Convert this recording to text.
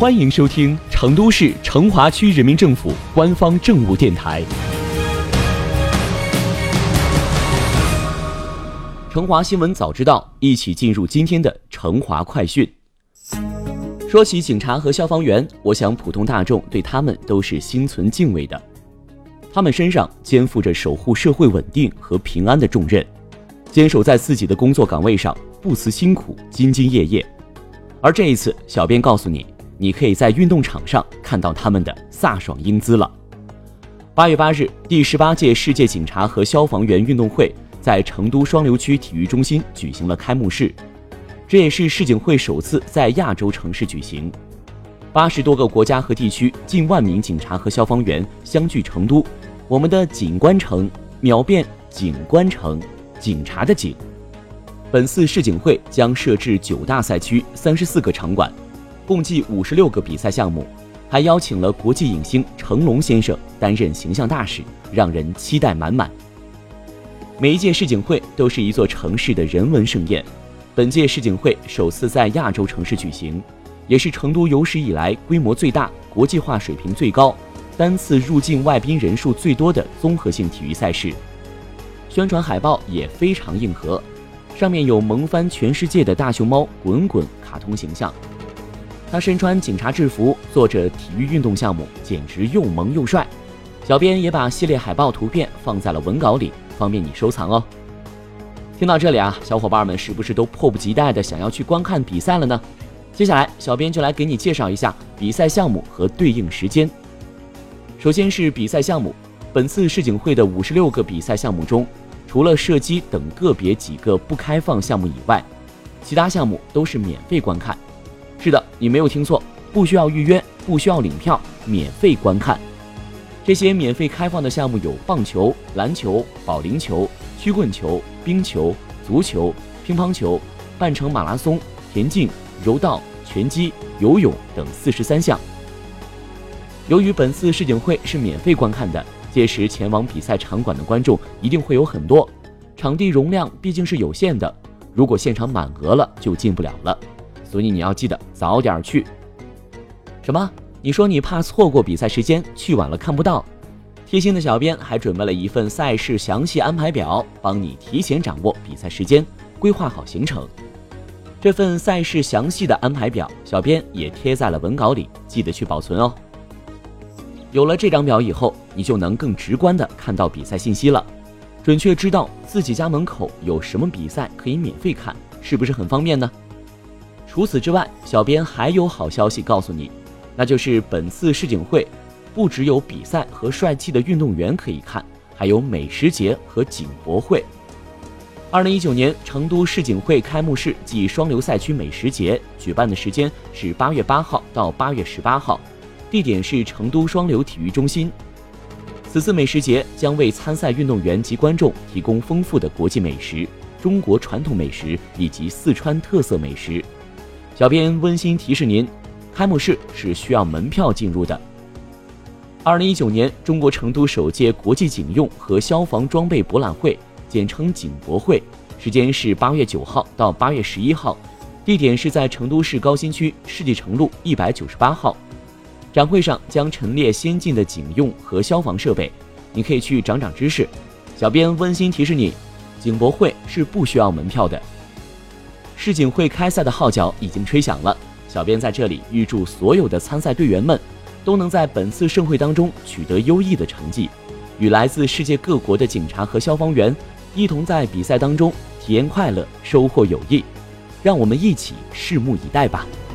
欢迎收听成都市成华区人民政府官方政务电台。成华新闻早知道，一起进入今天的成华快讯。说起警察和消防员，我想普通大众对他们都是心存敬畏的。他们身上肩负着守护社会稳定和平安的重任，坚守在自己的工作岗位上，不辞辛苦，兢兢业业。而这一次，小编告诉你，你可以在运动场上看到他们的飒爽英姿了。8月8日，第18届世界警察和消防员运动会在成都双流区体育中心举行了开幕式，这也是世警会首次在亚洲城市举行。80多个国家和地区，近万名警察和消防员相聚成都，我们的警官城秒变警官城，警察的警。本次世警会将设置9大赛区、34个场馆，共计56个比赛项目，还邀请了国际影星成龙先生担任形象大使，让人期待满满。每一届世警会都是一座城市的人文盛宴，本届世警会首次在亚洲城市举行，也是成都有史以来规模最大、国际化水平最高、单次入境外宾人数最多的综合性体育赛事。宣传海报也非常硬核，上面有萌翻全世界的大熊猫滚滚卡通形象。他身穿警察制服，做着体育运动项目，简直又萌又帅。小编也把系列海报图片放在了文稿里，方便你收藏哦。听到这里啊，小伙伴们是不是都迫不及待的想要去观看比赛了呢？接下来小编就来给你介绍一下比赛项目和对应时间。首先是比赛项目，本次世警会的56个比赛项目中，除了射击等个别几个不开放项目以外，其他项目都是免费观看。是的，你没有听错，不需要预约，不需要领票，免费观看。这些免费开放的项目有棒球、篮球、保龄球、曲棍球、冰球、足球、乒乓球、半程马拉松、田径、柔道、拳击、游泳等43项。由于本次世警会是免费观看的，届时前往比赛场馆的观众一定会有很多，场地容量毕竟是有限的，如果现场满额了就进不了了，所以你要记得早点去。什么？你说你怕错过比赛时间，去晚了看不到？贴心的小编还准备了一份赛事详细安排表，帮你提前掌握比赛时间，规划好行程。这份赛事详细的安排表，小编也贴在了文稿里，记得去保存哦。有了这张表以后，你就能更直观地看到比赛信息了，准确知道自己家门口有什么比赛可以免费看，是不是很方便呢？除此之外，小编还有好消息告诉你，那就是本次世警会不只有比赛和帅气的运动员可以看，还有美食节和警博会。2019年成都世警会开幕式暨双流赛区美食节举办的时间是8月8号到8月18号，地点是成都双流体育中心。此次美食节将为参赛运动员及观众提供丰富的国际美食、中国传统美食以及四川特色美食。小编温馨提示您，开幕式是需要门票进入的。2019年中国成都首届国际警用和消防装备博览会，简称警博会，时间是8月9号到8月11号，地点是在成都市高新区世纪城路198号。展会上将陈列先进的警用和消防设备，你可以去长长知识。小编温馨提示你，警博会是不需要门票的。世警会开赛的号角已经吹响了，小编在这里预祝所有的参赛队员们都能在本次盛会当中取得优异的成绩，与来自世界各国的警察和消防员一同在比赛当中体验快乐，收获友谊。让我们一起拭目以待吧。